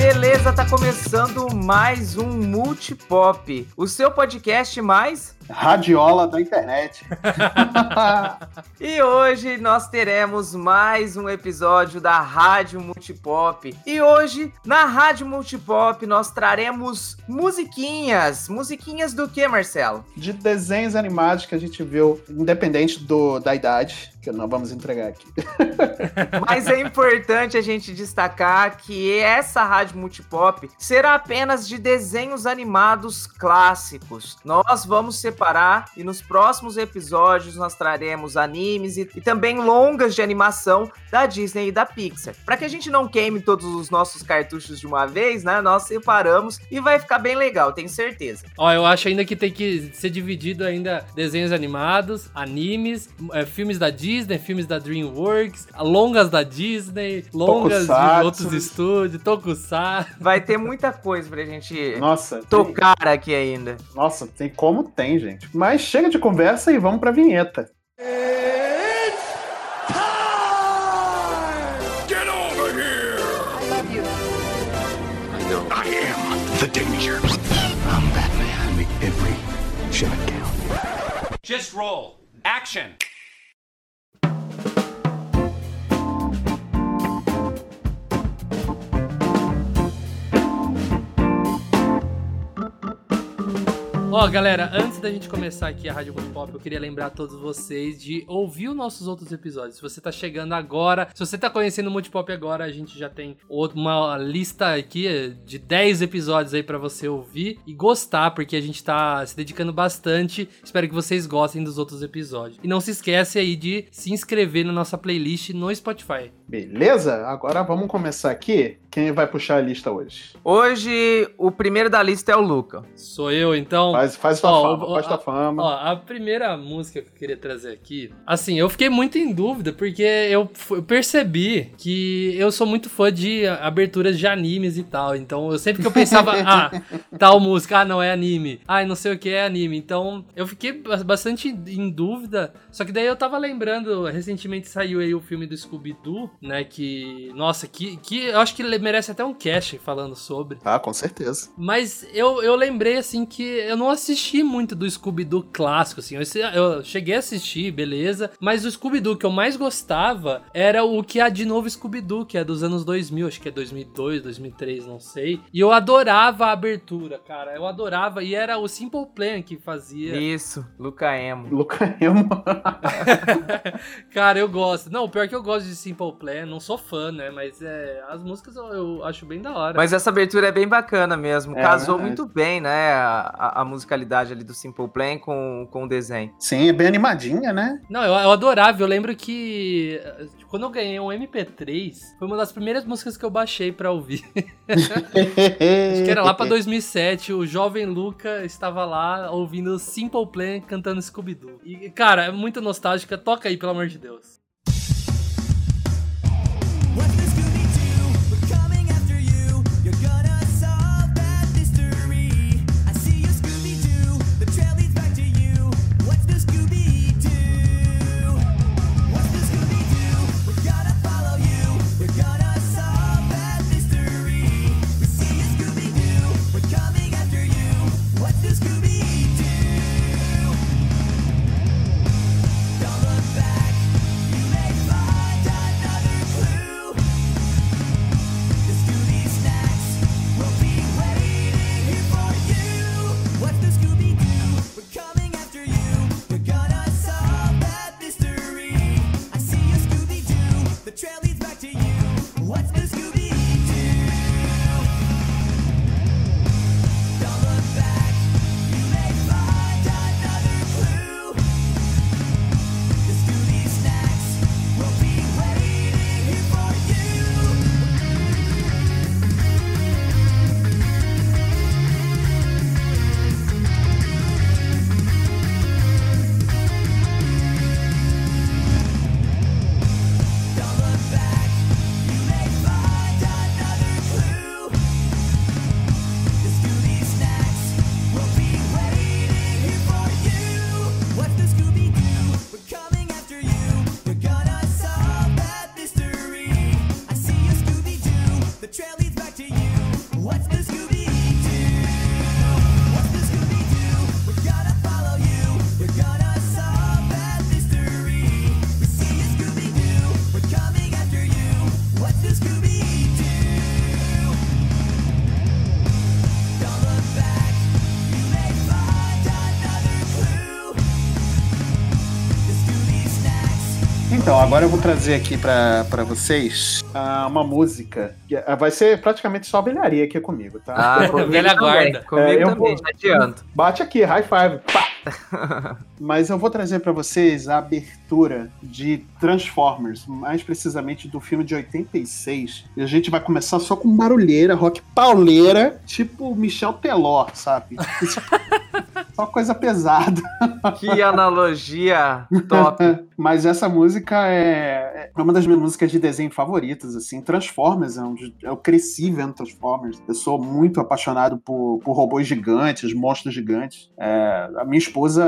beleza? Tá começando mais um Multipop, o seu podcast mais radiola da internet. E hoje nós teremos mais um episódio da Rádio Multipop. E hoje, na Rádio Multipop, nós traremos musiquinhas. Musiquinhas do que, Marcelo? De desenhos animados que a gente viu, independente da idade, que nós vamos entregar aqui. Mas é importante a gente destacar que essa Rádio Multipop será apenas de desenhos animados clássicos. Nós vamos separar e nos próximos episódios nós traremos animes e também longas de animação da Disney e da Pixar. Para que a gente não queime todos os nossos cartuchos de uma vez, né? Nós separamos e vai ficar bem legal, tenho certeza. Ó, eu acho ainda que tem que ser dividido ainda desenhos animados, animes, filmes da Disney, filmes da DreamWorks, longas da Disney, longas Tokusatsu. de outros estúdios, Tokusatsu. Vai ter muita coisa pra gente Nossa, tocar aqui ainda. Nossa, tem como tem, gente. Mas chega de conversa e vamos pra vinheta. It's time! Get over here! I love you. I know. I am the danger. I'm Batman. Make every shot count. Just roll. Action. Ó, galera, antes da gente começar aqui a Rádio Multipop, eu queria lembrar a todos vocês de ouvir os nossos outros episódios. Se você tá chegando agora, se você tá conhecendo o Multipop agora, a gente já tem uma lista aqui de 10 episódios aí pra você ouvir e gostar, porque a gente tá se dedicando bastante. Espero que vocês gostem dos outros episódios. E não se esquece aí de se inscrever na nossa playlist no Spotify. Beleza? Agora vamos começar aqui. Quem vai puxar a lista hoje? Hoje, o primeiro da lista é o Luca. Sou eu, então. Faz tua fama, faz tua fama. Ó, a primeira música que eu queria trazer aqui, assim, eu fiquei muito em dúvida, porque eu percebi que eu sou muito fã de aberturas de animes e tal, então eu sempre que eu pensava, tal música, não é anime, não sei o que é anime, então eu fiquei bastante em dúvida, só que daí eu tava lembrando, recentemente saiu aí o filme do Scooby-Doo, né, que, nossa, que eu acho que ele merece até um cast falando sobre. Ah, com certeza. Mas eu lembrei, assim, que eu não assisti muito do Scooby-Doo clássico, assim. Eu cheguei a assistir, beleza. Mas o Scooby-Doo que eu mais gostava era o que é de novo Scooby-Doo, que é dos anos 2000, acho que é 2002, 2003, não sei. E eu adorava a abertura, cara. Eu adorava. E era o Simple Plan que fazia. Isso, Luca Emo. Luca Emo. Cara, eu gosto. Não, o pior é que eu gosto de Simple Plan. Não sou fã, né? Mas as músicas eu acho bem da hora. Mas essa abertura é bem bacana mesmo. Casou verdade. muito bem, né? A musicalidade ali do Simple Plan com o desenho. Sim, é bem animadinha, né? Não, eu adorava. Eu lembro que quando eu ganhei um MP3, foi uma das primeiras músicas que eu baixei pra ouvir. Acho que era lá pra 2007. O jovem Luca estava lá ouvindo Simple Plan cantando Scooby-Doo. E, cara, é muito nostálgica. Toca aí, pelo amor de Deus. trail leads back to you. Então, agora eu vou trazer aqui pra vocês uma música que vai ser praticamente só brilharia aqui comigo, tá? velha guarda. Comigo também, já adianto. Bate aqui, high five. Pá! Mas eu vou trazer pra vocês a abertura de Transformers, mais precisamente do filme de 86. E a gente vai começar só com barulheira, rock pauleira, tipo Michel Teló, sabe? Só coisa pesada. Que analogia top. Mas essa música é uma das minhas músicas de desenho favoritas, assim. Transformers, eu cresci vendo Transformers. Eu sou muito apaixonado por robôs gigantes, monstros gigantes. A minha esposa,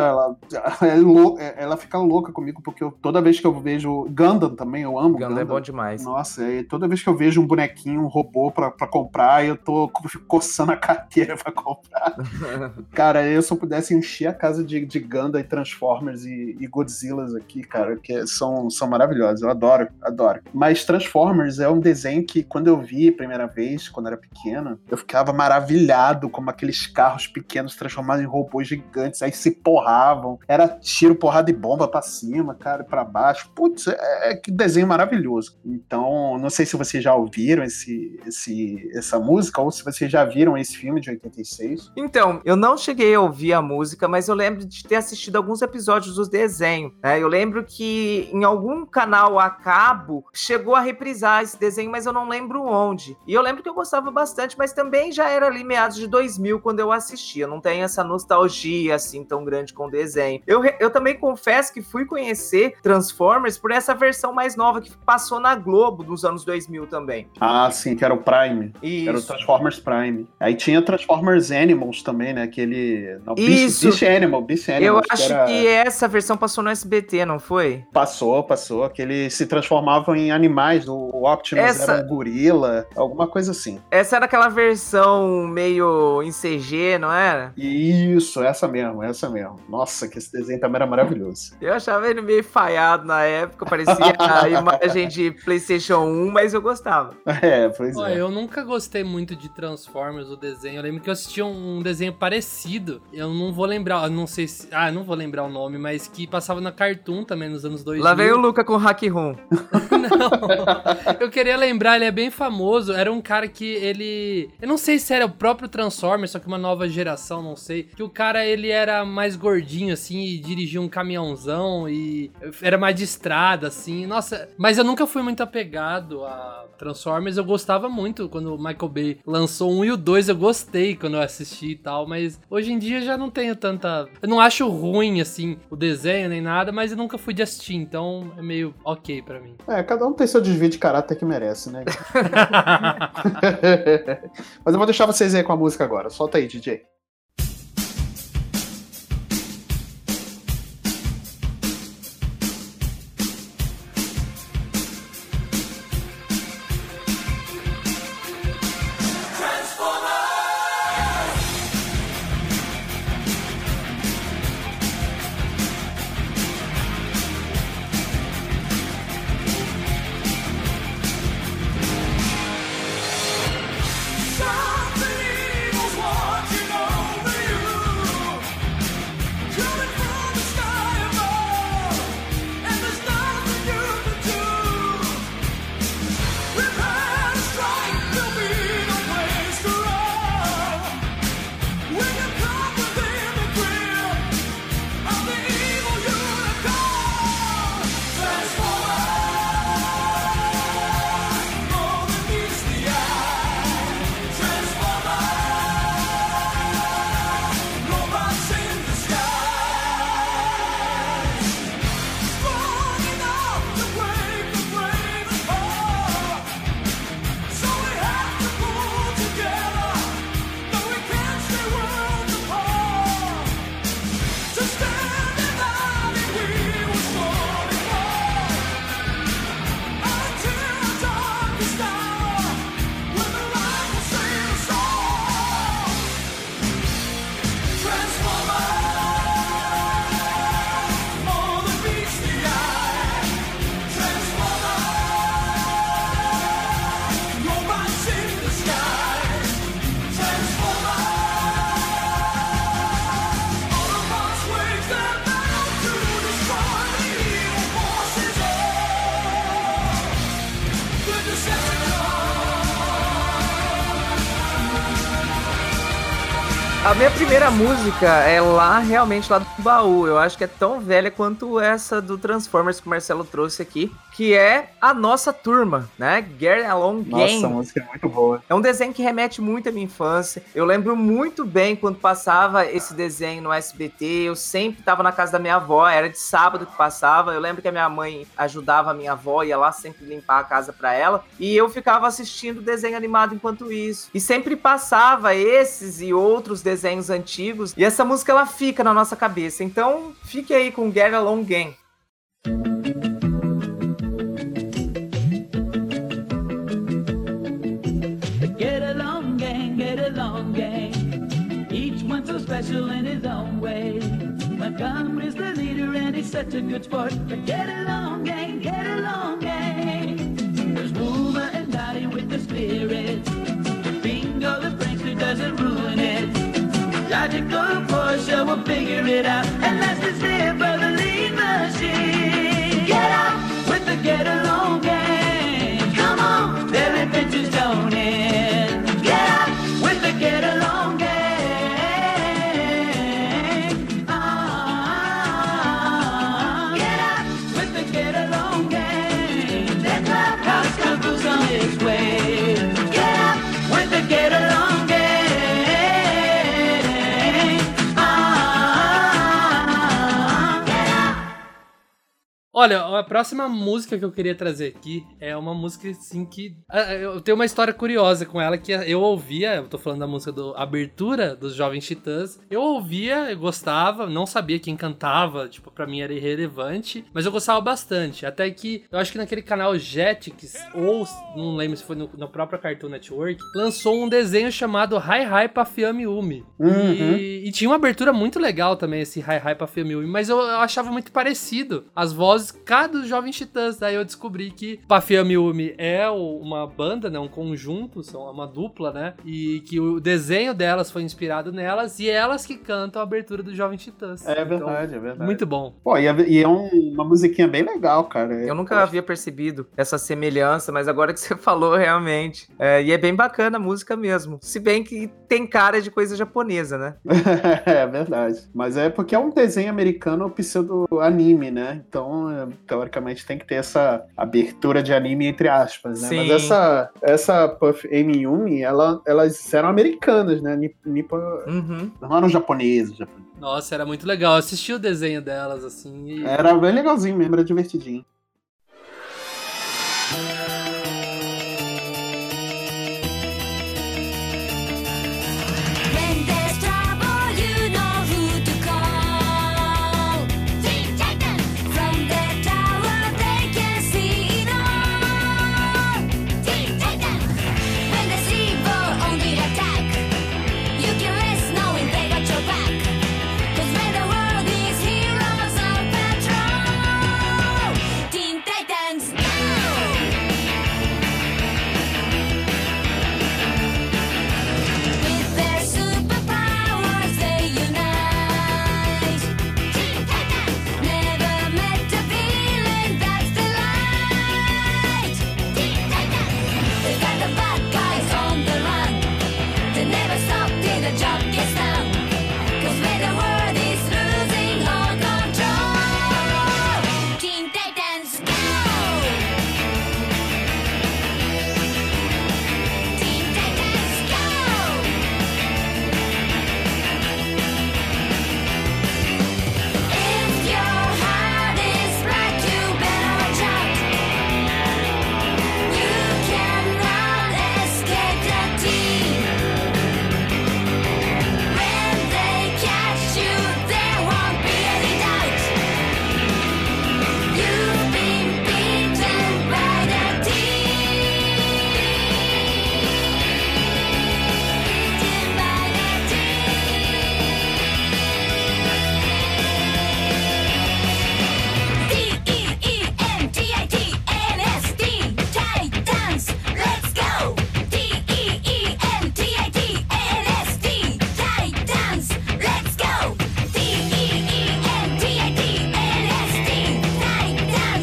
ela fica louca comigo, porque toda vez que eu vejo Gundam também, eu amo Gundam. É bom demais. Nossa, toda vez que eu vejo um bonequinho, um robô pra comprar, eu fico coçando a carteira pra comprar. Cara, se eu pudesse encher a casa de Gundam e Transformers e Godzillas aqui, cara, que são maravilhosos, eu adoro. Mas Transformers é um desenho que, quando eu vi a primeira vez, quando era pequeno, eu ficava maravilhado como aqueles carros pequenos transformados em robôs gigantes, aí se porravam, era tiro, porrada e bomba pra cima, cara, pra baixo. Putz, que desenho maravilhoso. Então, não sei se vocês já ouviram essa música, ou se vocês já viram esse filme de 86. Então, eu não cheguei a ouvir a música, mas eu lembro de ter assistido alguns episódios do desenho. Eu lembro que em algum canal a cabo chegou a reprisar esse desenho, mas eu não lembro onde. E eu lembro que eu gostava bastante, mas também já era ali meados de 2000 quando eu assistia. Não tem essa nostalgia assim tão grande com o desenho. Eu também confesso que fui conhecer Transformers por essa versão mais nova que passou na Globo nos anos 2000 também. Ah, sim, que era o Prime. Isso. Era o Transformers Prime. Aí tinha Transformers Animals também, né? Aquele... Não, Isso. Beast Animals. Eu acho que essa versão passou no SBT, não foi? Passou. Que eles se transformavam em animais. O Optimus era um gorila, alguma coisa assim. Essa era aquela versão meio em CG, não era? Isso, essa mesmo. Nossa, que esse desenho também era maravilhoso. Eu achava ele meio falhado na época, parecia a imagem de PlayStation 1, mas eu gostava. Pois é. Eu nunca gostei muito de Transformers, o desenho. Eu lembro que eu assisti um desenho parecido, eu não vou lembrar, não vou lembrar o nome, mas que passava na Cartoon também nos anos 2000. Lá veio o Luca com o Hack Room. Não, eu queria lembrar, ele é bem famoso, era um cara que eu não sei se era o próprio Transformers, só que uma nova geração, não sei, que o cara, ele era mais gordinho, assim, e dirigia um caminhãozão, e era mais de estrada, assim, nossa, mas eu nunca fui muito apegado a Transformers, eu gostava muito quando o Michael Bay lançou 1 e o 2, eu gostei quando eu assisti e tal, mas hoje em dia já não tenho tanta... Eu não acho ruim, assim, o desenho nem nada, mas eu nunca fui de assistir, então é meio ok pra mim. Cada um tem seu desvio de caráter que merece, né? Mas eu vou deixar vocês aí com a música agora. Solta aí, DJ. Something evil's watching us. A minha primeira música é realmente lá do baú. Eu acho que é tão velha quanto essa do Transformers que o Marcelo trouxe aqui, que é A Nossa Turma, né? Get Along Game. Nossa, a música é muito boa. É um desenho que remete muito à minha infância. Eu lembro muito bem quando passava esse desenho no SBT. Eu sempre estava na casa da minha avó, era de sábado que passava. Eu lembro que a minha mãe ajudava a minha avó, ia lá sempre limpar a casa pra ela. E eu ficava assistindo o desenho animado enquanto isso. E sempre passava esses e outros desenhos antigos. E essa música, ela fica na nossa cabeça. Então, fique aí com Get Along Game. So special in his own way. Montgomery's the leader and he's such a good sport. But get along, gang, get along, gang. There's Boomer and Dottie with the spirit. Bingo, the prankster doesn't ruin it. Logical Portia will figure it out. And that's the step of the lead machine. Get out with the get along, gang. Come on, their adventures don't end. Get out with the get along, gang. Olha, a próxima música que eu queria trazer aqui é uma música, assim, que... Eu tenho uma história curiosa com ela, que eu ouvia, eu tô falando da música do Abertura dos Jovens Titãs, eu ouvia, eu gostava, não sabia quem cantava, tipo, pra mim era irrelevante, mas eu gostava bastante, até que, eu acho que naquele canal Jetix, ou, não lembro se foi no próprio Cartoon Network, lançou um desenho chamado Hi Hi Pafiami Umi, e tinha uma abertura muito legal também, esse Hi Hi Pafiami Umi, mas eu achava muito parecido, as vozes cada dos Jovens Titãs. Daí eu descobri que Pafiami Umi é uma banda, né, um conjunto, são uma dupla, né, e que o desenho delas foi inspirado nelas e elas que cantam a abertura dos Jovens Titãs. É verdade, então, é verdade. Muito bom. Pô, e é uma musiquinha bem legal, cara. Eu nunca havia percebido essa semelhança, mas agora que você falou, realmente. E é bem bacana a música mesmo. Se bem que tem cara de coisa japonesa, né? É verdade. Mas é porque é um desenho americano pseudo-anime, né? Então, teoricamente, tem que ter essa abertura de anime entre aspas, né? Sim. Mas essa Puff Amy Yumi, elas eram americanas, né? Não eram japonesas. Nossa, era muito legal. Eu assisti o desenho delas, assim. Era bem legalzinho mesmo, era divertidinho. Teen Titans, go!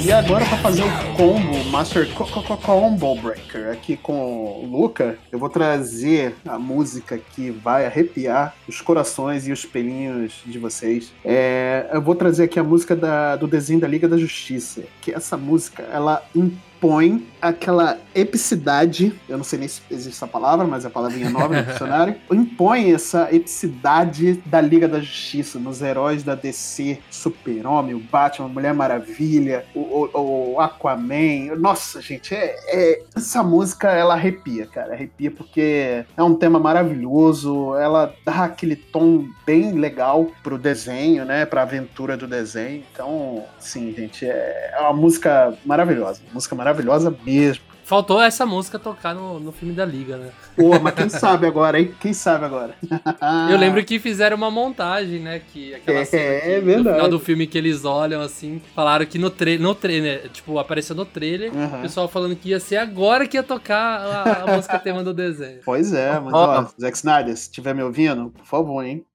E agora, pra fazer o combo, Master Combo Breaker aqui com o Luca, eu vou trazer a música que vai arrepiar os corações e os pelinhos de vocês. Eu vou trazer aqui a música do desenho da Liga da Justiça, que essa música, ela impõe aquela epicidade, eu não sei nem se existe essa palavra, mas é a palavrinha nova no dicionário, impõe essa epicidade da Liga da Justiça nos heróis da DC, Super-Homem, o Batman, Mulher Maravilha, o Aquaman. Nossa, gente, essa música, ela arrepia, cara, arrepia porque é um tema maravilhoso, ela dá aquele tom bem legal pro desenho, né, pra aventura do desenho. Então, sim, gente, é uma música maravilhosa mesmo. Faltou essa música tocar no filme da Liga, né? Pô, mas quem sabe agora, hein? Quem sabe agora? Eu lembro que fizeram uma montagem, né? Que aquela cena que, verdade. No final do filme que eles olham assim, falaram que no trailer, tipo, apareceu no trailer, o pessoal falando que ia ser agora que ia tocar a música tema do desenho. Pois é, mas ó, Zack Snyder, se estiver me ouvindo, por favor, hein?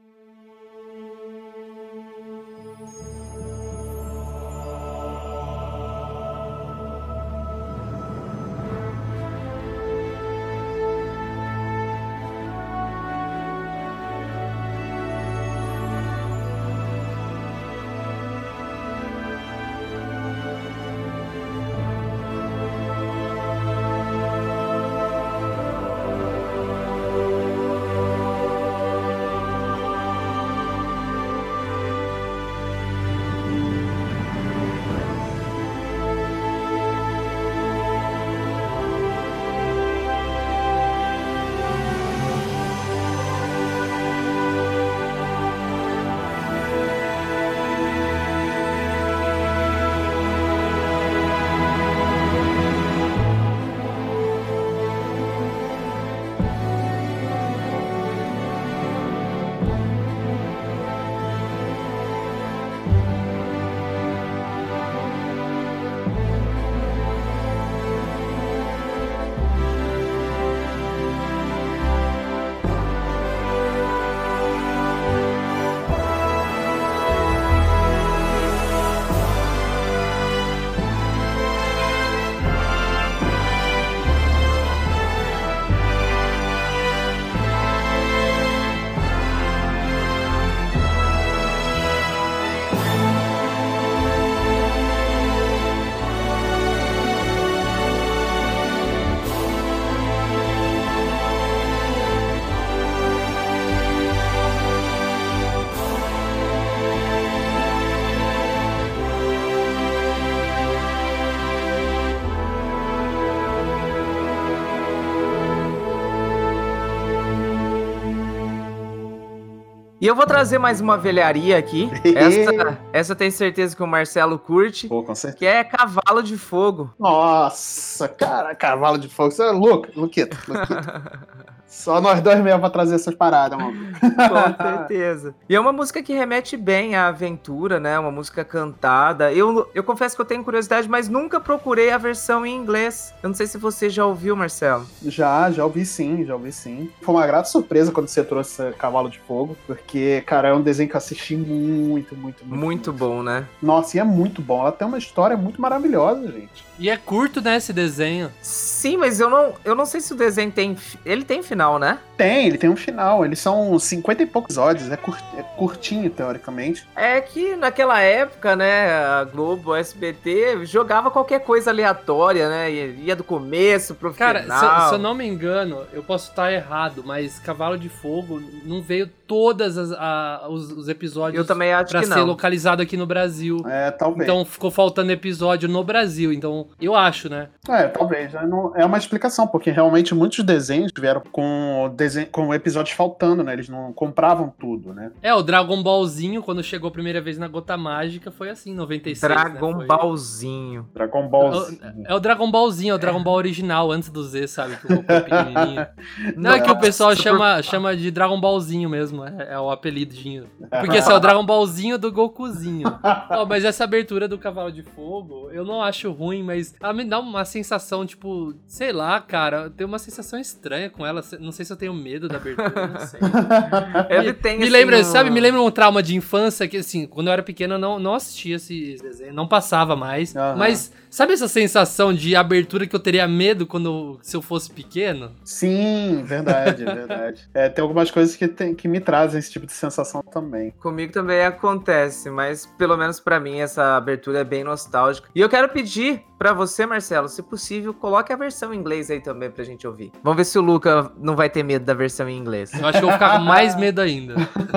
E eu vou trazer mais uma velharia aqui. Essa eu tenho certeza que o Marcelo curte. Pô, com certeza. Que é Cavalo de Fogo. Nossa, cara, Cavalo de Fogo. Você é louco, Luquito. Só nós dois mesmo pra trazer essas paradas, mano. Com certeza. E é uma música que remete bem à aventura, né? Uma música cantada. Eu confesso que eu tenho curiosidade, mas nunca procurei a versão em inglês. Eu não sei se você já ouviu, Marcelo. Já ouvi sim. Foi uma grata surpresa quando você trouxe Cavalo de Fogo, porque, cara, é um desenho que eu assisti muito bom, né? Nossa, e é muito bom. Ela tem uma história muito maravilhosa, gente. E é curto, né, esse desenho. Sim, mas eu não sei se o desenho tem... Ele tem final, né? Ele tem um final. Eles são 50 e poucos episódios. É curtinho, teoricamente. É que naquela época, né, a Globo, a SBT, jogava qualquer coisa aleatória, né? Ia do começo pro final. Cara, se eu não me engano, eu posso estar errado, mas Cavalo de Fogo não veio todos os episódios eu também acho pra que ser localizado aqui no Brasil. Talvez. Então ficou faltando episódio no Brasil. Então, eu acho, né? Talvez. É uma explicação, porque realmente muitos desenhos vieram com episódios faltando, né? Eles não compravam tudo, né? O Dragon Ballzinho, quando chegou a primeira vez na Gota Mágica, foi assim, 96. Dragon Ballzinho. Dragon Ballzinho. É o Dragon Ballzinho, é o Dragon Ball original, antes do Z, sabe? Que o Goku é pequenininho. Não, é que o pessoal chama de Dragon Ballzinho mesmo, é o apelidinho. Porque esse é o Dragon Ballzinho do Gokuzinho. Mas essa abertura do Cavalo de Fogo, eu não acho ruim, mas ela me dá uma sensação, tipo, sei lá, cara, tem uma sensação estranha com ela. não sei se eu tenho medo da abertura, não sei. Ele tem, Me assim, lembra, sabe, me lembra um trauma de infância que, assim, quando eu era pequeno eu não assistia esse desenho, não passava mais. Mas sabe essa sensação de abertura que eu teria medo se eu fosse pequeno? Sim, verdade, verdade. Tem algumas coisas que me trazem esse tipo de sensação também. Comigo também acontece, mas pelo menos pra mim essa abertura é bem nostálgica. E eu quero pedir pra você, Marcelo, se possível, coloque a versão em inglês aí também pra gente ouvir. Vamos ver se o Luca não vai ter medo da versão em inglês. Eu acho que eu vou ficar com mais medo ainda.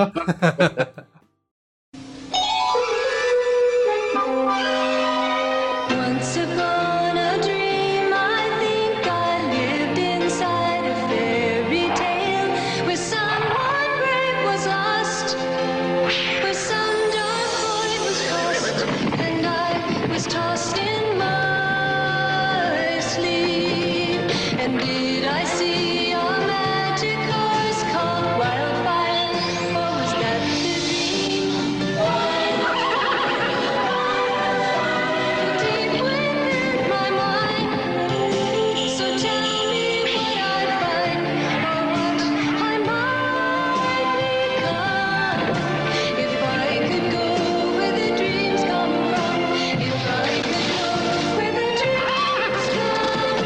Once upon a dream, I think I lived inside a fairy tale where someone brave was lost, where some dark void was crossed, and I was tossed in my sleep. And did I see a magic horse called Wildfire, or was that the dream? Deep within my mind, so tell me what I find, or what I might become. If I could go where the dreams come from, if I could go where the dreams come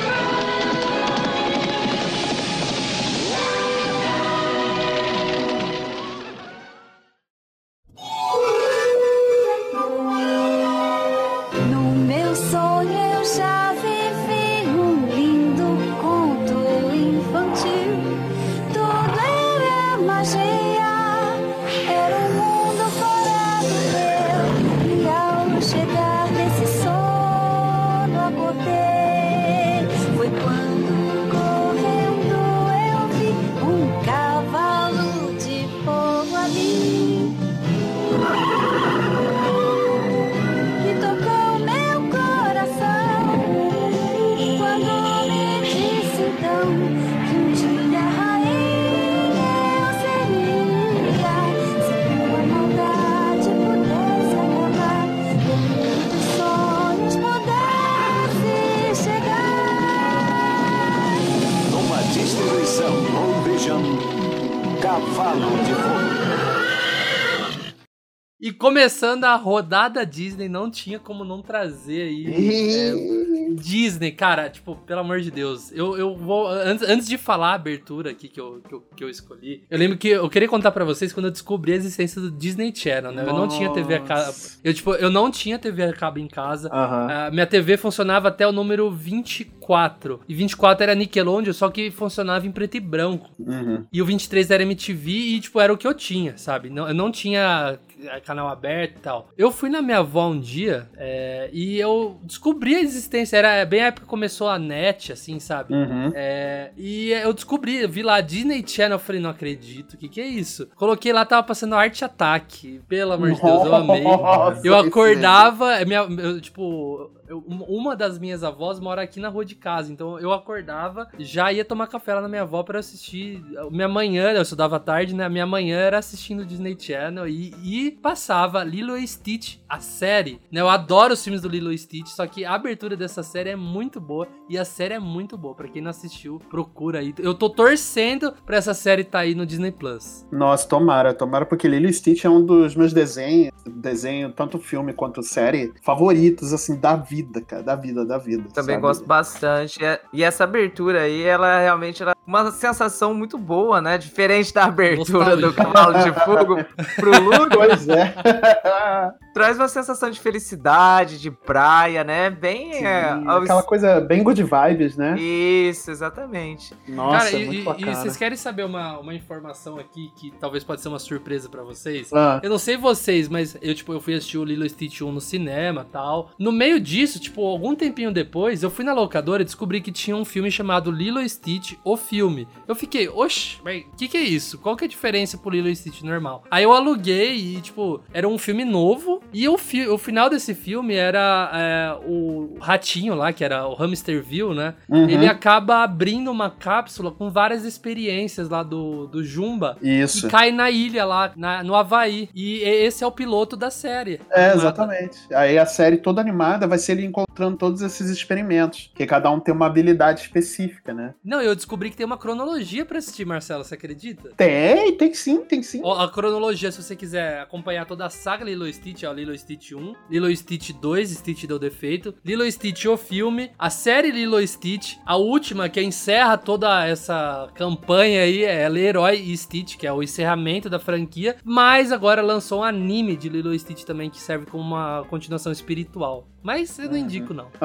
No meu sonho eu já vivi lindo conto infantil. Tudo era magia, era mundo fora do meu. E ao chegar nesse sono acordei. Foi quando correndo eu vi cavalo de fogo ali. Que tocou meu coração quando me disse então que dia a rainha eu seria. Se tua maldade pudesse acabar, o mundo dos sonhos pudesse chegar. Uma distribuição World Vision, Cavalo de Fogo. E começando a rodada Disney, não tinha como não trazer aí Disney, cara, tipo, pelo amor de Deus. Eu vou, antes de falar a abertura aqui que eu escolhi, eu lembro que eu queria contar pra vocês quando eu descobri a existência do Disney Channel, né? Eu não tinha TV a cabo. Eu não tinha TV a cabo em casa. Minha TV funcionava até o número 24. E 24 era Nickelodeon, só que funcionava em preto e branco. E o 23 era MTV e, tipo, era o que eu tinha, sabe? Eu não tinha canal aberto e tal. Eu fui na minha avó um dia e eu descobri a existência. Era bem a época que começou a net, assim, sabe? E eu vi lá Disney Channel. Eu falei, não acredito, o que é isso? Coloquei lá, tava passando Arte Ataque. Pelo amor de Deus, eu amei. Eu acordava, uma das minhas avós mora aqui na rua de casa, então eu acordava, já ia tomar café lá na minha avó pra assistir. Minha manhã, eu estudava à tarde, né? Minha manhã era assistindo Disney Channel e passava Lilo e Stitch, a série, né? Eu adoro os filmes do Lilo e Stitch, só que a abertura dessa série é muito boa e a série é muito boa. Pra quem não assistiu, procura aí. Eu tô torcendo pra essa série tá aí no Disney Plus. Nossa, tomara, porque Lilo e Stitch é um dos meus desenho, tanto filme quanto série, favoritos, assim, da vida, cara, da vida. Também sabe? gosto bastante. E essa abertura aí, ela realmente é uma sensação muito boa, né? Diferente da abertura do Cavalo de Fogo pro Luca. Pois é. Traz uma sensação de felicidade, de praia, né? Bem... aquela coisa bem good vibes, né? Isso, exatamente. Nossa, cara, muito bacana. E vocês querem saber uma informação aqui que talvez pode ser uma surpresa pra vocês? Ah. Eu não sei vocês, mas eu fui assistir o Lilo e Stitch 1 no cinema e tal. No meio disso, algum tempinho depois, eu fui na locadora e descobri que tinha um filme chamado Lilo e Stitch, o filme. Eu fiquei, oxe, mas o que é isso? Qual que é a diferença pro Lilo e Stitch normal? Aí eu aluguei e, era um filme novo. E o final desse filme era o ratinho lá, que era o Hamsterville, né? Ele acaba abrindo uma cápsula com várias experiências lá do Jumba. Isso. E cai na ilha lá, no Havaí. E esse é o piloto da série. Exatamente. Aí a série toda animada vai ser ele encontrando todos esses experimentos. Que cada um tem uma habilidade específica, né? Não, eu descobri que tem uma cronologia pra assistir, Marcelo, você acredita? Tem sim. Ó, a cronologia, se você quiser acompanhar toda a saga Lilo e Stitch, é o Lilo e Stitch 1, Lilo e Stitch 2, Stitch deu defeito, Lilo e Stitch o filme, a série Lilo e Stitch, a última que encerra toda essa campanha aí é Leroy e Stitch, que é o encerramento da franquia, mas agora lançou um anime de Lilo e Stitch também que serve como uma continuação espiritual. Mas eu não indico, não.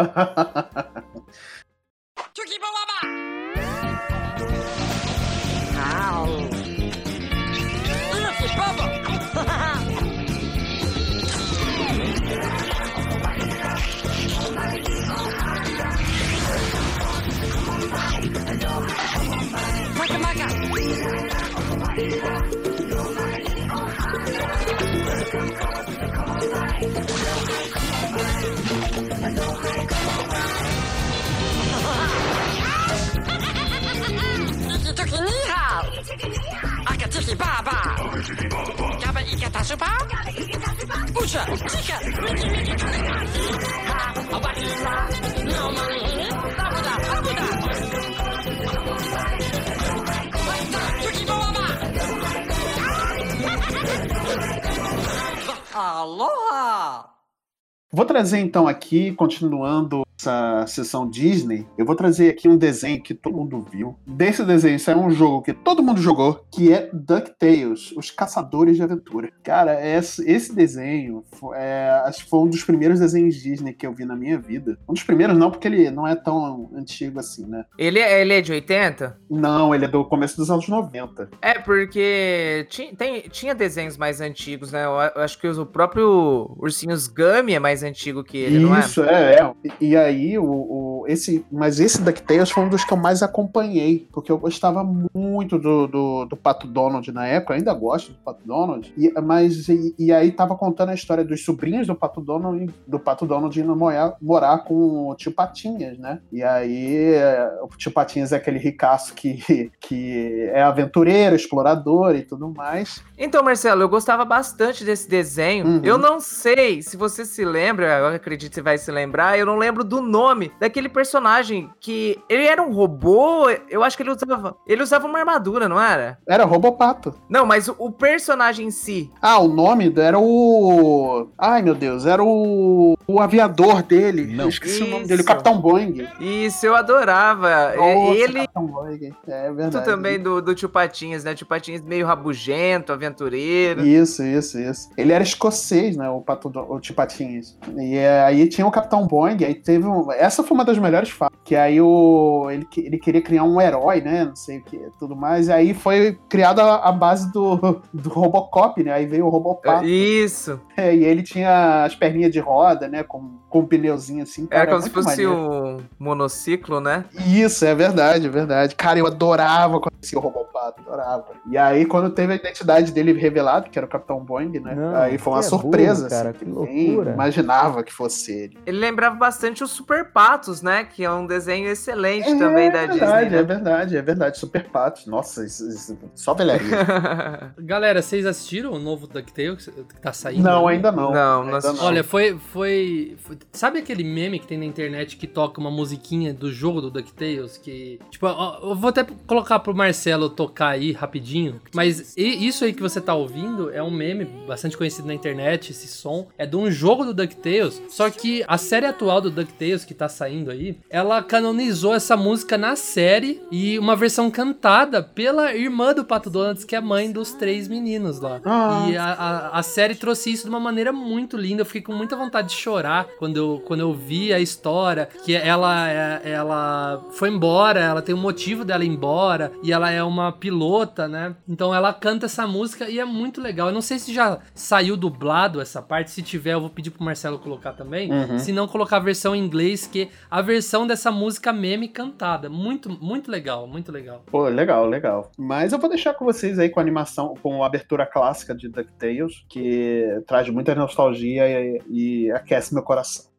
Aloha! Vou trazer então aqui, continuando essa sessão Disney, eu vou trazer aqui um desenho que todo mundo viu. Desse desenho saiu um jogo que todo mundo jogou, que é DuckTales, Os Caçadores de Aventura. Cara, esse desenho acho que foi um dos primeiros desenhos Disney que eu vi na minha vida. Um dos primeiros não, porque ele não é tão antigo assim, né? Ele é de 80? Não, ele é do começo dos anos 90. É, porque tinha desenhos mais antigos, né? Eu acho que o próprio Ursinhos Gummy é mais antigo que ele, não é? Isso, E aí, mas esse DuckTales foi um dos que eu mais acompanhei, porque eu gostava muito do Pato Donald na época, eu ainda gosto do Pato Donald, e aí tava contando a história dos sobrinhos do Pato Donald indo morar com o tio Patinhas, né? E aí, o tio Patinhas é aquele ricaço que é aventureiro, explorador e tudo mais. Então, Marcelo, eu gostava bastante desse desenho. Uhum. Eu não sei se você se lembra, eu acredito que você vai se lembrar, eu não lembro do nome daquele personagem que ele era um robô, eu acho que ele usava uma armadura, não era? Era Robopato. Não, mas o personagem em si. Ah, o nome era o... Ai, meu Deus, era o aviador dele. Não. Eu esqueci o nome Isso. dele, o Capitão Boing. Isso, eu adorava. Nossa, Ele... Capitão Boing. É verdade. Tu também do Tio Patinhas, né? Tio Patinhas meio rabugento, aventureiro. Isso. Ele era escocês, né? O Tio Patinhas. E aí tinha o Capitão Boing, aí teve essa foi uma das melhores fases, que aí ele queria criar um herói, né? Não sei o que, tudo mais. E aí foi criada a base do Robocop, né? Aí veio o Robopato. Isso. E ele tinha as perninhas de roda, né? Com um pneuzinho assim. Cara, Era como se muito fosse maneiro. um monociclo, né? Isso, é verdade. Cara, eu adorava conhecer o Robopato, adorava. E aí, quando teve a identidade dele revelada, que era o Capitão Boing, né? Não, aí foi uma que é surpresa, burro, cara, assim, que ninguém loucura. imaginava que fosse ele. Ele lembrava bastante os Super Patos, né? Que é um desenho excelente também da Disney, né? É verdade. Super Patos. Nossa, isso só velharia. Galera, vocês assistiram o novo DuckTales que tá saindo? Não, ainda não. Não, Ainda assisti. Olha, foi... Sabe aquele meme que tem na internet que toca uma musiquinha do jogo do DuckTales? Que, tipo, eu vou até colocar pro Marcelo tocar aí rapidinho, mas isso aí que você tá ouvindo é um meme bastante conhecido na internet, esse som. É de um jogo do DuckTales, só que a série atual do DuckTales que tá saindo aí, ela canonizou essa música na série e uma versão cantada pela irmã do Pato Donald, que é a mãe dos 3 meninos lá. E a série trouxe isso de uma maneira muito linda. Eu fiquei com muita vontade de chorar quando eu vi a história, que ela foi embora, ela tem um motivo dela ir embora, e ela é uma pilota, né? Então ela canta essa música e é muito legal. Eu não sei se já saiu dublado essa parte, se tiver eu vou pedir pro Marcelo colocar também, se não colocar a versão em inglês, que a versão dessa música meme cantada. Muito, muito legal, muito legal. Pô, legal. Mas eu vou deixar com vocês aí com a animação, com a abertura clássica de DuckTales, que traz muita nostalgia e aquece meu coração.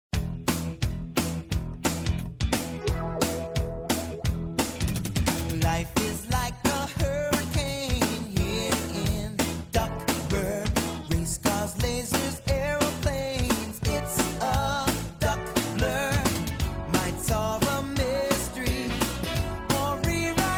Life is like a hurricane here in Duckburg. Race cars, lasers, aeroplanes. It's a duck blur. Might solve a mystery or rewrite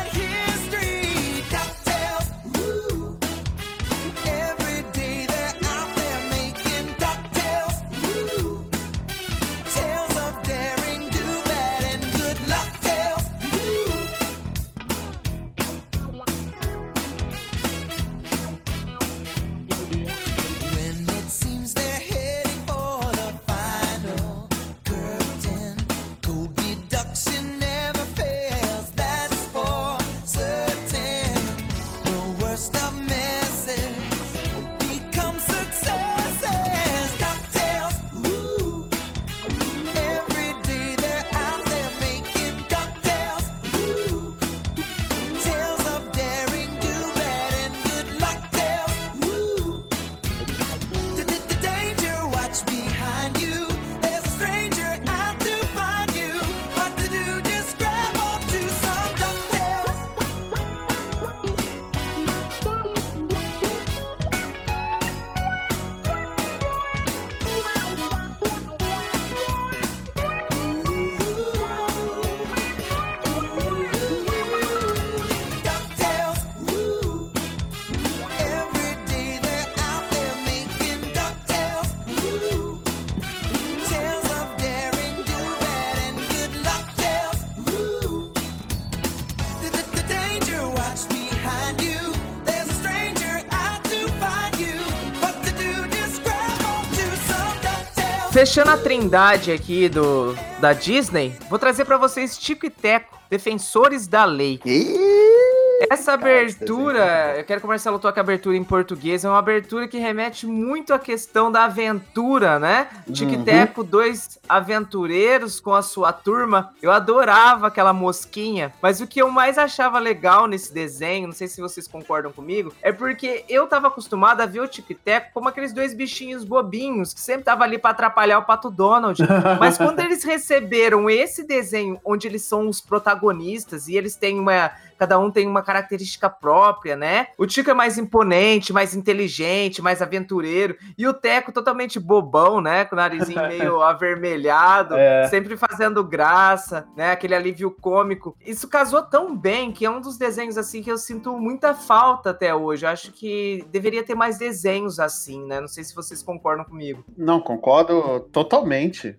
Fechando a trindade aqui da Disney, vou trazer pra vocês Tico e Teco, Defensores da Lei. Essa abertura, eu quero que o Marcelo toque a abertura em português, é uma abertura que remete muito à questão da aventura, né? Tico e Teco, dois aventureiros com a sua turma. Eu adorava aquela mosquinha, mas o que eu mais achava legal nesse desenho, não sei se vocês concordam comigo, é porque eu tava acostumado a ver o Tico e Teco como aqueles dois bichinhos bobinhos, que sempre tava ali pra atrapalhar o Pato Donald. Mas quando eles receberam esse desenho, onde eles são os protagonistas e eles têm cada um tem uma característica própria, né? O Tico é mais imponente, mais inteligente, mais aventureiro. E o Teco totalmente bobão, né? Com o narizinho meio avermelhado, sempre fazendo graça, né? Aquele alívio cômico. Isso casou tão bem que é um dos desenhos, assim, que eu sinto muita falta até hoje. Eu acho que deveria ter mais desenhos assim, né? Não sei se vocês concordam comigo. Não, concordo totalmente.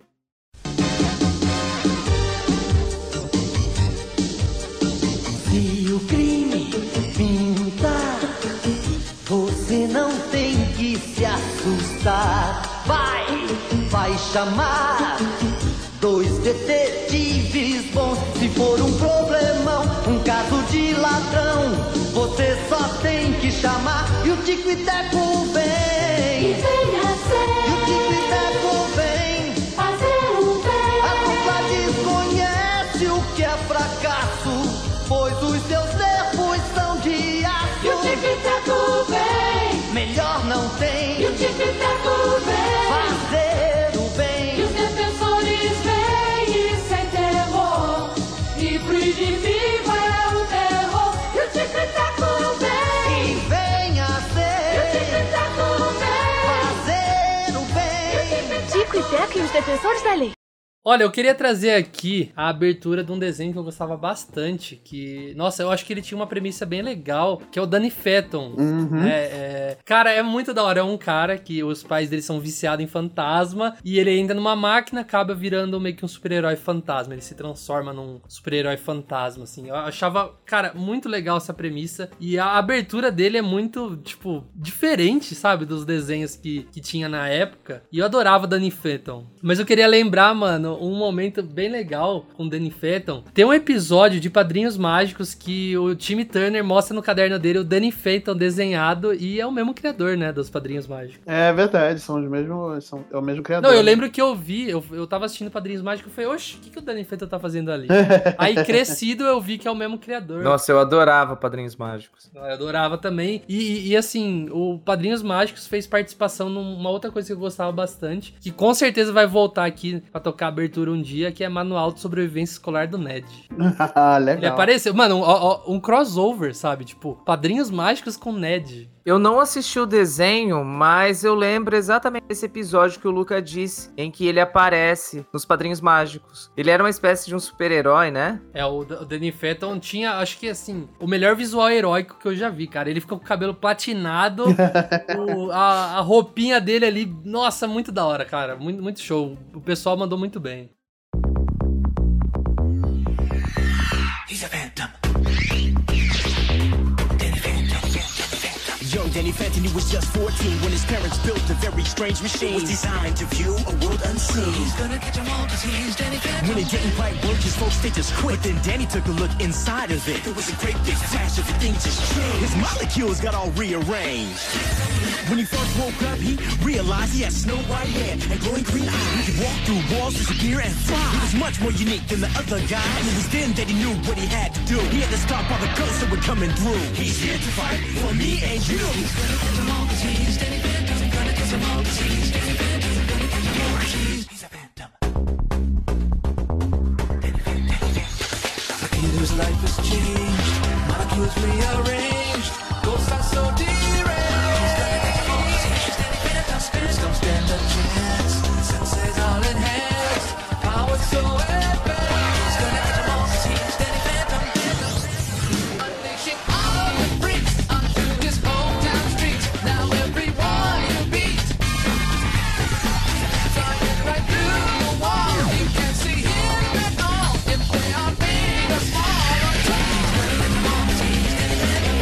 Se o crime pintar, você não tem que se assustar. Vai chamar dois detetives bons. Se for um problemão, um caso de ladrão, você só tem que chamar e o Tico e Teco vem. E venha ser E o Tico e Teco vem. fazer o bem. A dupla desconhece o que é fracasso, pois os seus nervos são de aço. E o Tico e Teco vem. Melhor não tem E o Tico e Teco vem. fazer o E bem. os defensores vêm sem temor. E pro inimigo é o terror. E o Tico e Teco vem. E venha E o Tico ser e Teco vem. fazer o bem. Tico e Teco e os Defensores da Lei. Olha, eu queria trazer aqui a abertura de um desenho que eu gostava bastante, que, nossa, eu acho que ele tinha uma premissa bem legal, que é o Danny Phantom. Cara, é muito da hora, é um cara que os pais dele são viciados em fantasma, e ele ainda numa máquina acaba virando meio que um super-herói fantasma, ele se transforma num super-herói fantasma, assim. Eu achava, cara, muito legal essa premissa, e a abertura dele é muito, tipo, diferente, sabe, dos desenhos que tinha na época, e eu adorava Danny Phantom. Mas eu queria lembrar, mano, um momento bem legal com o Danny Phantom. Tem um episódio de Padrinhos Mágicos que o Timmy Turner mostra no caderno dele o Danny Phantom desenhado e é o mesmo criador, né, dos Padrinhos Mágicos. É verdade, são os mesmos. É o mesmo criador. Não, eu lembro que eu vi, eu tava assistindo Padrinhos Mágicos e falei, oxe, o que o Danny Phantom tá fazendo ali? Aí crescido eu vi que é o mesmo criador. Nossa, eu adorava Padrinhos Mágicos. Eu adorava também. E assim, o Padrinhos Mágicos fez participação numa outra coisa que eu gostava bastante, que com certeza vai voltar aqui pra tocar a abertura um dia, que é Manual de Sobrevivência Escolar do Ned. Legal. Ele apareceu, mano, um crossover, sabe? Tipo, Padrinhos Mágicos com Ned. Eu não assisti o desenho, mas eu lembro exatamente desse episódio que o Luca disse, em que ele aparece nos Padrinhos Mágicos. Ele era uma espécie de um super-herói, né? É, o Danny Phantom tinha, acho que assim, o melhor visual heróico que eu já vi, cara. Ele ficou com o cabelo platinado, a roupinha dele ali, nossa, muito da hora, cara. Muito, muito show. O pessoal mandou muito bem. He's a phantom. Young Danny Phantom, he was just 14 when his parents built a very strange machine. It was designed to view a world unseen. He's gonna catch 'em all 'cause he's Danny Phantom. When it didn't quite work, his folks, they just quit. But then Danny took a look inside of it. There was a great big flash, everything just changed. His molecules got all rearranged. When he first woke up, he realized he had snow white hair and glowing green eyes. He could walk through walls, disappear, and fly. He was much more unique than the other guys. And it was then that he knew what he had to do. He had to stop all the ghosts that were coming through. He's here to fight for me and you. He's gonna catch 'em all 'cause he's Danny Phantom. He's gonna catch 'em all 'cause he's Danny Phantom. He's gonna catch 'em all 'cause he's a phantom. Danny Phantom. The killer's life has changed. Molecules rearranged. Ghosts are so deranged. He's gonna catch 'em all 'cause he's Danny Phantom. Spirits don't stand a chance. Senses all enhanced. Power so advanced. He's gonna catch 'em all 'cause he's Danny Phantom. Unleashing all the freaks onto his hometown streets. Now everyone in a beat. Flying right through the wall. You can't see him at all. If they are big or small or tall. He's gonna catch 'em all 'cause he's Danny Phantom.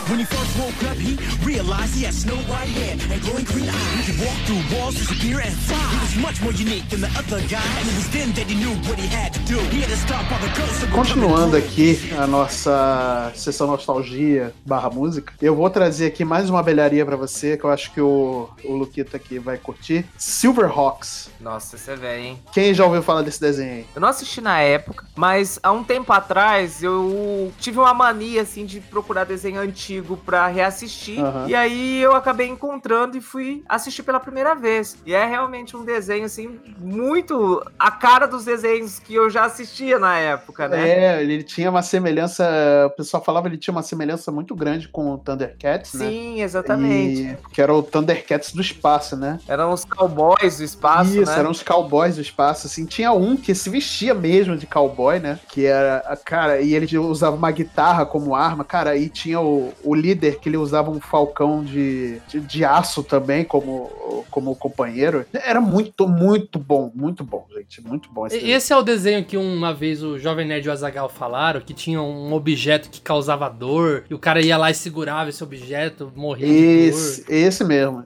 When he first woke up, he realized he had snow white hair and glowing green eyes. He could walk through walls, disappear, and fly. He was much more unique than the other guys, and it was then that he knew what he had to do. He had to stop all the ghosts that were Continuando aqui a nossa sessão nostalgia / música, eu vou trazer aqui mais uma velharia pra você, que eu acho que o Luquita aqui vai curtir. Silverhawks. Nossa, você é velho, hein? Quem já ouviu falar desse desenho aí? Eu não assisti na época, mas há um tempo atrás eu tive uma mania, assim, de procurar desenho antigo pra reassistir. E aí eu acabei encontrando e fui assistir pela primeira vez. E é realmente um desenho, assim, muito a cara dos desenhos que eu já assistia na época, né? É, ele tinha uma semelhança, o pessoal falava que ele tinha uma semelhança muito grande com o Thundercats, né? Sim, exatamente. Que era o Thundercats do espaço, né? Eram os cowboys do espaço, Isso, né? eram os cowboys do espaço, assim. Tinha um que se vestia mesmo de cowboy, né? Que era, cara, e ele usava uma guitarra como arma, cara, e tinha o líder que ele usava um falcão de aço também como companheiro. Era muito, muito bom, gente. Muito bom Esse é o desenho que uma vez o Jovem Nerd e o Azaghal falaram, que tinha um objeto que causava dor, e o cara ia lá e segurava esse objeto, morria de dor. Esse mesmo.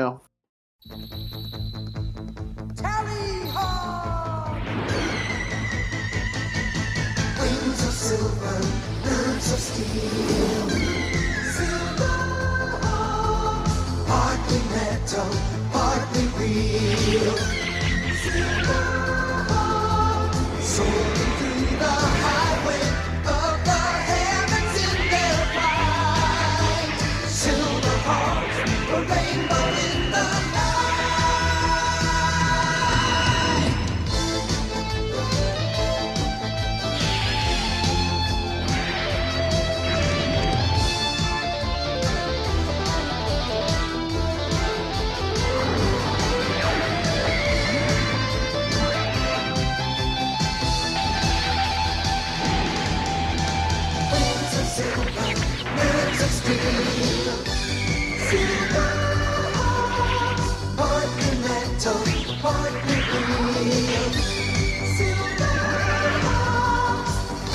Wings of silver, birds of steel. Silverhawks, partly metal, partly real. Silverhawks, soaring through the highway of the heavens in their flight. Silverhawks, a rainbow in the night. Nerves of steel, Silverhawks, partly metal, partly real. Silverhawks,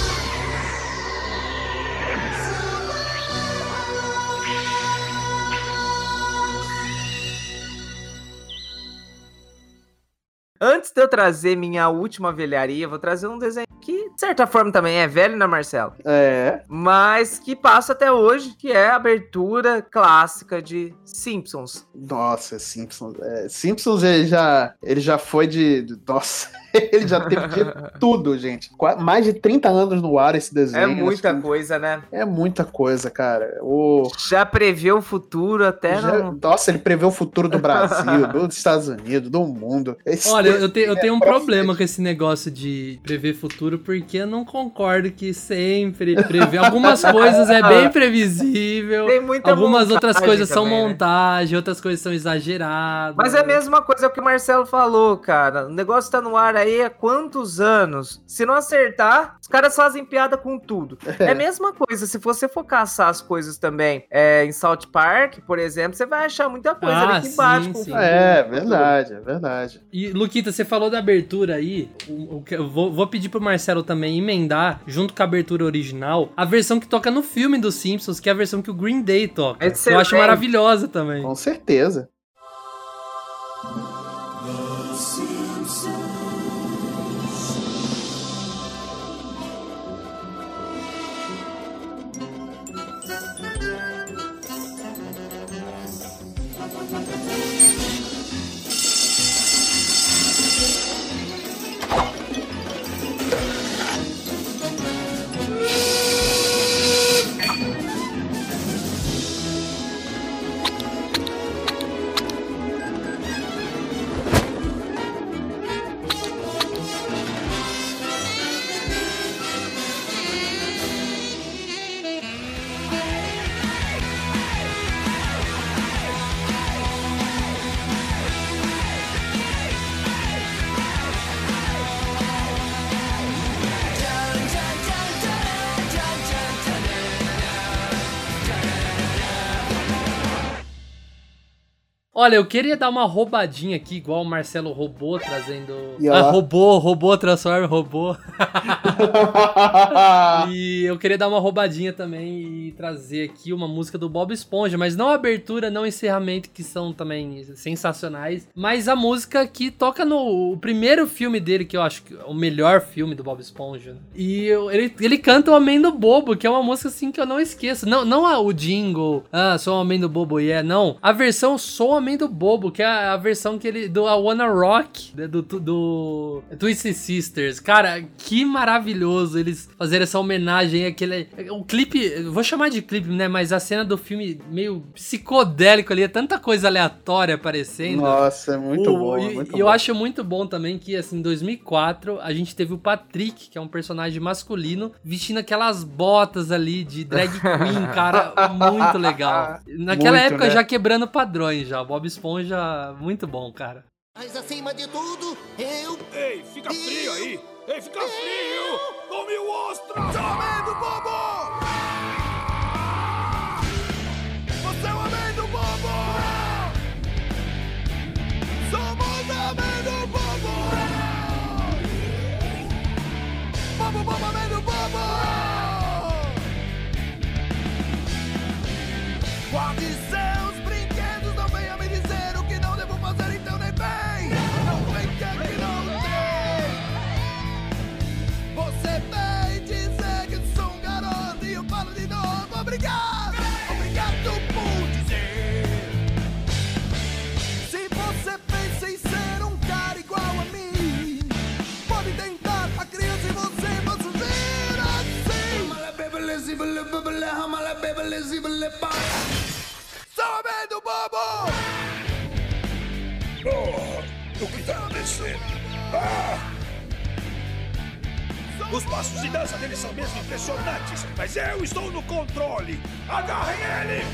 Antes de eu trazer minha última velharia, vou trazer um desenho que, de certa forma, também é velho, né, Marcelo? É. Mas que passa até hoje, que é a abertura clássica de Simpsons. Nossa, Simpsons. Simpsons, ele já foi nossa, ele já teve de tudo, gente. Mais de 30 anos no ar esse desenho. É muita coisa, né? É muita coisa, cara. Já prevê o futuro até Nossa, ele prevê o futuro do Brasil, dos Estados Unidos, do mundo. Olha, eu tenho um problema com esse negócio de prever futuro, porque eu não concordo que sempre prever. Algumas coisas é bem previsível. Tem muita algumas outras coisas também, são montagem, outras coisas são exageradas. Mas é a mesma coisa que o Marcelo falou, cara. O negócio tá no ar aí há quantos anos? Se não acertar, os caras fazem piada com tudo. É a mesma coisa. Se você for caçar as coisas também em South Park, por exemplo, você vai achar muita coisa ali que bate com o futuro. É verdade. E, Luquita, você falou da abertura aí, eu vou pedir pro Marcelo também emendar, junto com a abertura original, a versão que toca no filme dos Simpsons, que é a versão que o Green Day toca. Que eu acho maravilhosa também. Com certeza. Olha, eu queria dar uma roubadinha aqui, igual o Marcelo roubou, trazendo... E ela- robô, Transformer, robô. E eu queria dar uma roubadinha também e trazer aqui uma música do Bob Esponja, mas não a abertura, não o encerramento, que são também sensacionais, mas a música que toca no o primeiro filme dele, que eu acho que é o melhor filme do Bob Esponja. E ele canta o Amendo Bobo, que é uma música assim que eu não esqueço. Não o jingle, sou um Amendo Bobo, não. A versão Sou um Amendo Bobo, que é a versão que ele do I Wanna Rock, né, do Twisted Sisters. Cara, que maravilhoso eles fazerem essa homenagem àquele... O clipe, vou chamar de clipe, né? Mas a cena do filme meio psicodélico ali, é tanta coisa aleatória aparecendo. Nossa, é muito bom. E eu acho muito bom também que, assim, em 2004, a gente teve o Patrick, que é um personagem masculino, vestindo aquelas botas ali de drag queen, cara, muito legal. Naquela Muito, época né? já quebrando padrões já, Bob Esponja, muito bom, cara. Mas acima de tudo, eu... Ei, fica frio aí! Ei, fica frio! Tome o ostra! Amendo bobo! Você é o amendo bobo! Somos amendo bobo! Bobo, bobo, amendo bobo! Guarde seus brinquedos, não venha me dizer o que não devo fazer, então nem bem! Não vem que aqui não tem! Você vem dizer que sou um garoto e eu falo de novo, obrigado! Obrigado por dizer! Se você pensa em ser um cara igual a mim, pode tentar, a criança e você vão surgir assim! Sou amendo bobo! Oh, o que tá acontecendo? Os passos de dança deles são mesmo impressionantes, mas eu estou no controle! Agarrem ele!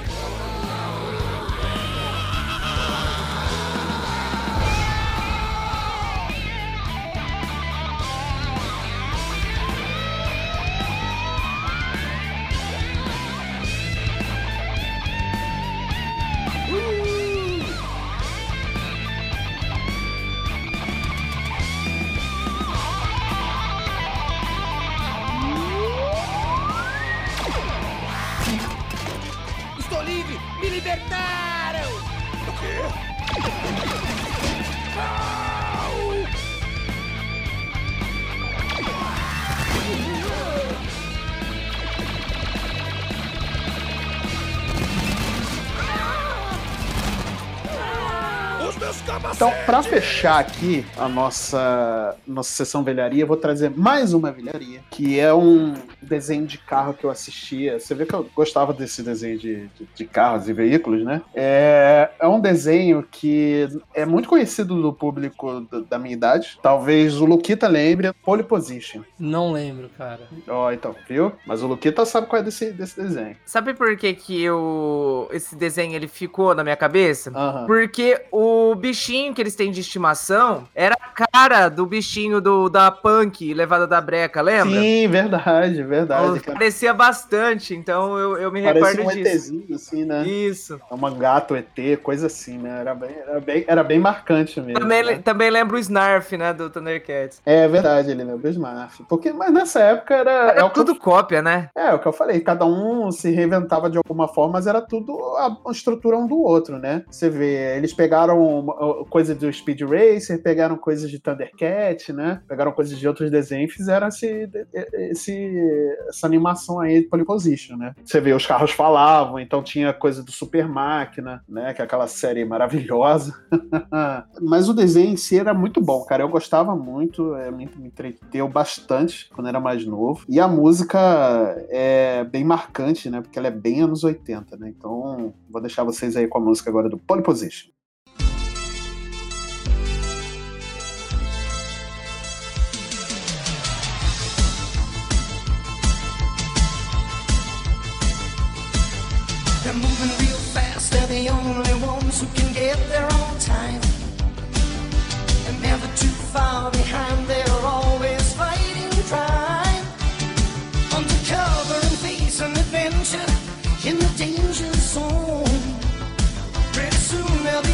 Estou livre! Me libertaram! O quê? Au! Os meus capacetes! Então, pra fechar aqui a nossa sessão velharia, eu vou trazer mais uma velharia, que é um desenho de carro que eu assistia. Você vê que eu gostava desse desenho de carros e veículos, né? É um desenho que é muito conhecido do público da minha idade. Talvez o Luquita lembre, Pole Position. Não lembro, cara. Ó, então, viu? Mas o Luquita sabe qual é desse desenho. Sabe por que esse desenho ele ficou na minha cabeça? Aham. Porque o bichinho que eles têm de estimação era a cara do bichinho da Punk, levada da breca, lembra? Sim, verdade, verdade. cara. Parecia bastante, então eu me Parecia recordo um disso. ETzinho, assim, né? Isso. É uma gato ET, coisa assim, né? Era bem marcante mesmo. né? Também lembro o Snarf, né, do Thundercats. É verdade, ele lembra o Smurf. Mas nessa época era o que tudo cópia, né? É o que eu falei, cada um se reinventava de alguma forma, mas era tudo a estrutura um do outro, né? Você vê, eles pegaram coisa do Speed Racer, pegaram coisas de Thundercat, né? Pegaram coisas de outros desenhos e fizeram essa animação aí de Pole Position, né? Você vê, os carros falavam, então tinha coisa do Super Máquina, né? Que é aquela série maravilhosa. Mas o desenho em si era muito bom, cara. Eu gostava muito, me entreteu bastante quando era mais novo. E a música é bem marcante, né? Porque ela é bem anos 80, né? Então, vou deixar vocês aí com a música agora do Pole Position. They're moving real fast, they're the only ones who can get there on time. And never too far behind, they're always fighting crime. Undercover and facing adventure in the danger zone. Pretty soon they'll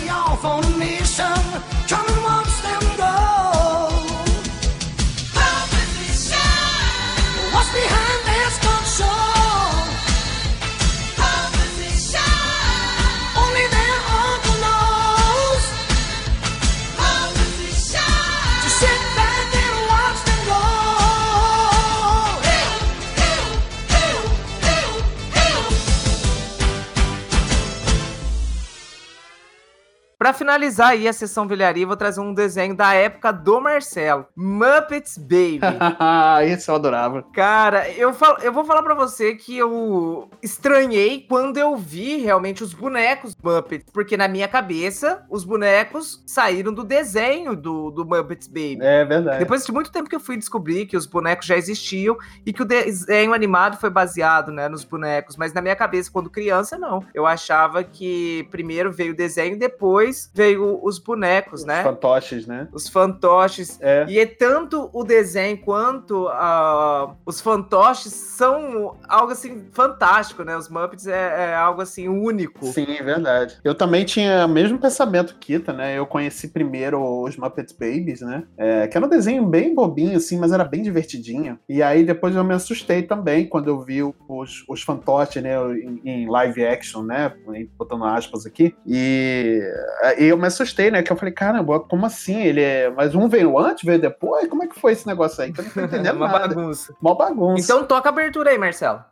Pra finalizar aí a sessão velharia, eu vou trazer um desenho da época do Marcelo. Muppets Baby. Esse eu adorava. Cara, eu vou falar pra você que eu estranhei quando eu vi realmente os bonecos Muppets. Porque na minha cabeça, os bonecos saíram do desenho do Muppets Baby. É verdade. Depois de muito tempo que eu fui descobrir que os bonecos já existiam e que o desenho animado foi baseado, né, nos bonecos. Mas na minha cabeça, quando criança, não. Eu achava que primeiro veio o desenho, depois veio os bonecos, né? Os fantoches, né? Os fantoches. É. E é tanto o desenho quanto os fantoches são algo assim fantástico, né? Os Muppets é algo assim único. Sim, é verdade. Eu também tinha o mesmo pensamento que Kita, né? Eu conheci primeiro os Muppets Babies, né? Que era um desenho bem bobinho, assim, mas era bem divertidinho. E aí depois eu me assustei também quando eu vi os fantoches, né? Em live action, né? Botando aspas aqui. E eu me assustei, né? Que eu falei, caramba, como assim? Mas um veio antes, veio depois? Como é que foi esse negócio aí? Que eu não tô entendendo Uma nada. bagunça. Mó bagunça. Então toca a abertura aí, Marcelo.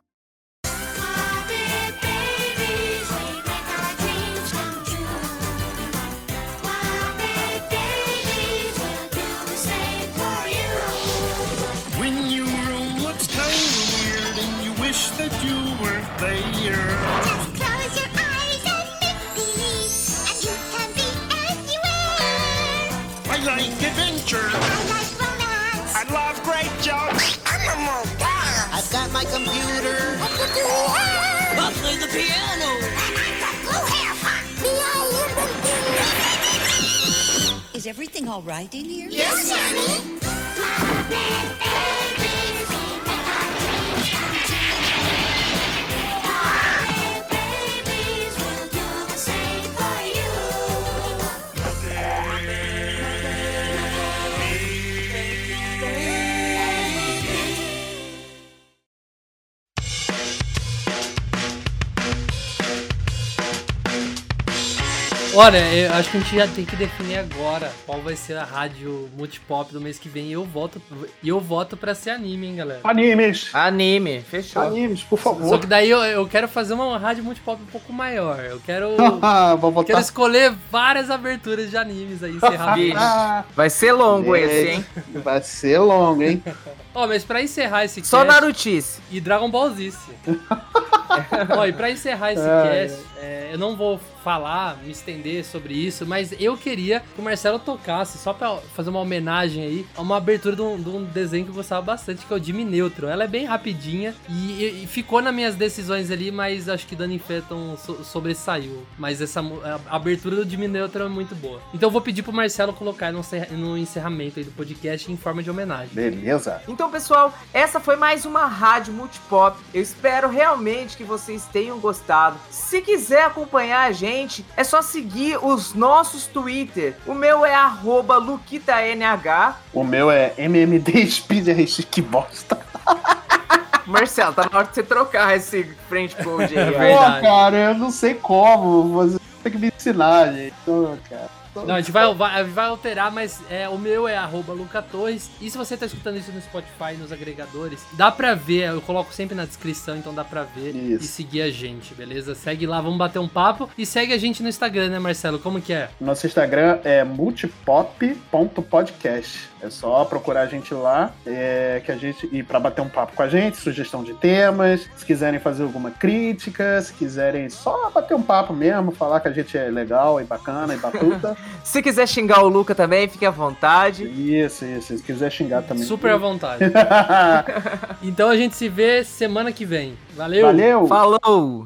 When your room looks kind of weird and you wish that you weren't there. Just close your eyes and make believe, and you can be anywhere. I like adventure. I like romance. I love great jokes. I'm a mobile. I've got my computer. What you do? I'll play the piano. And I've got blue hair. Me, I live in Is everything all right in here? Yes, honey. Muppet babies, we make our dreams come true. Muppet babies will do the same for you. Olha, eu acho que a gente já tem que definir agora qual vai ser a rádio multipop do mês que vem. E eu voto pra ser anime, hein, galera. Animes! Anime, fechou. Animes, por favor. Só que daí eu quero fazer uma rádio multipop um pouco maior. Eu quero, Vou votar. quero escolher várias aberturas de animes aí, encerrar. Vai ser longo esse, hein? Vai ser longo, hein? Ó, mas pra encerrar esse Só cast... Narutice. E Dragon Ball Z. Ó, e pra encerrar esse cast, eu não vou falar, me estender sobre isso, mas eu queria que o Marcelo tocasse, só pra fazer uma homenagem aí, a uma abertura de um desenho que eu gostava bastante, que é o Jimmy Neutron. Ela é bem rapidinha e ficou nas minhas decisões ali, mas acho que Danny Phantom sobressaiu. Mas a abertura do Jimmy Neutron é muito boa. Então eu vou pedir pro Marcelo colocar no encerramento aí do podcast em forma de homenagem. Beleza. Então, pessoal, essa foi mais uma rádio multipop. Eu espero realmente que vocês tenham gostado. Se quiser acompanhar a gente, é só seguir os nossos Twitter. O meu é @LuquitaNH. O meu é MMD Speed RX, que bosta. Marcelo, tá na hora de você trocar esse French Code aí. É verdade. Pô, cara, eu não sei como. Você tem que me ensinar, gente. Então, cara. Não, a gente vai alterar, mas o meu é @LucaTorres. E se você tá escutando isso no Spotify, nos agregadores, dá pra ver, eu coloco sempre na descrição, então dá pra ver Isso. e seguir a gente, beleza? Segue lá, vamos bater um papo. E segue a gente no Instagram, né, Marcelo? Como que é? Nosso Instagram é multipop.podcast. É só procurar a gente lá, e pra bater um papo com a gente, sugestão de temas, se quiserem fazer alguma crítica, se quiserem só bater um papo mesmo, falar que a gente é legal e bacana e batuta. Se quiser xingar o Luca também, fique à vontade. Isso. Se quiser xingar também. Super à vontade. Então a gente se vê semana que vem. Valeu! Valeu! Falou!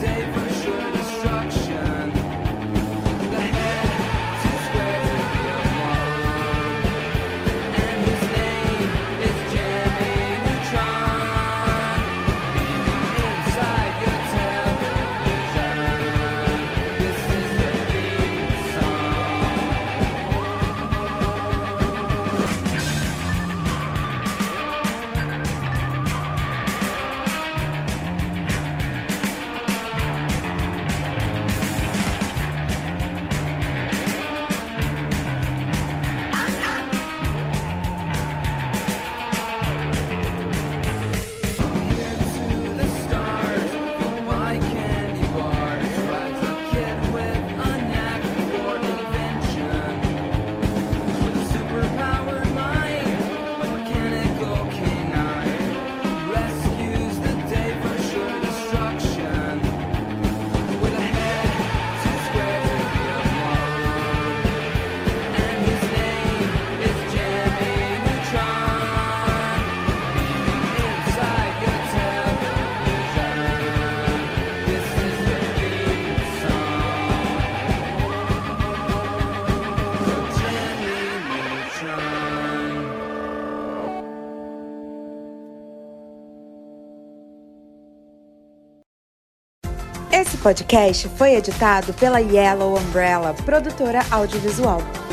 Rescues the day from sure destruction. The head is square, Esse podcast foi editado pela Yellow Umbrella, produtora audiovisual.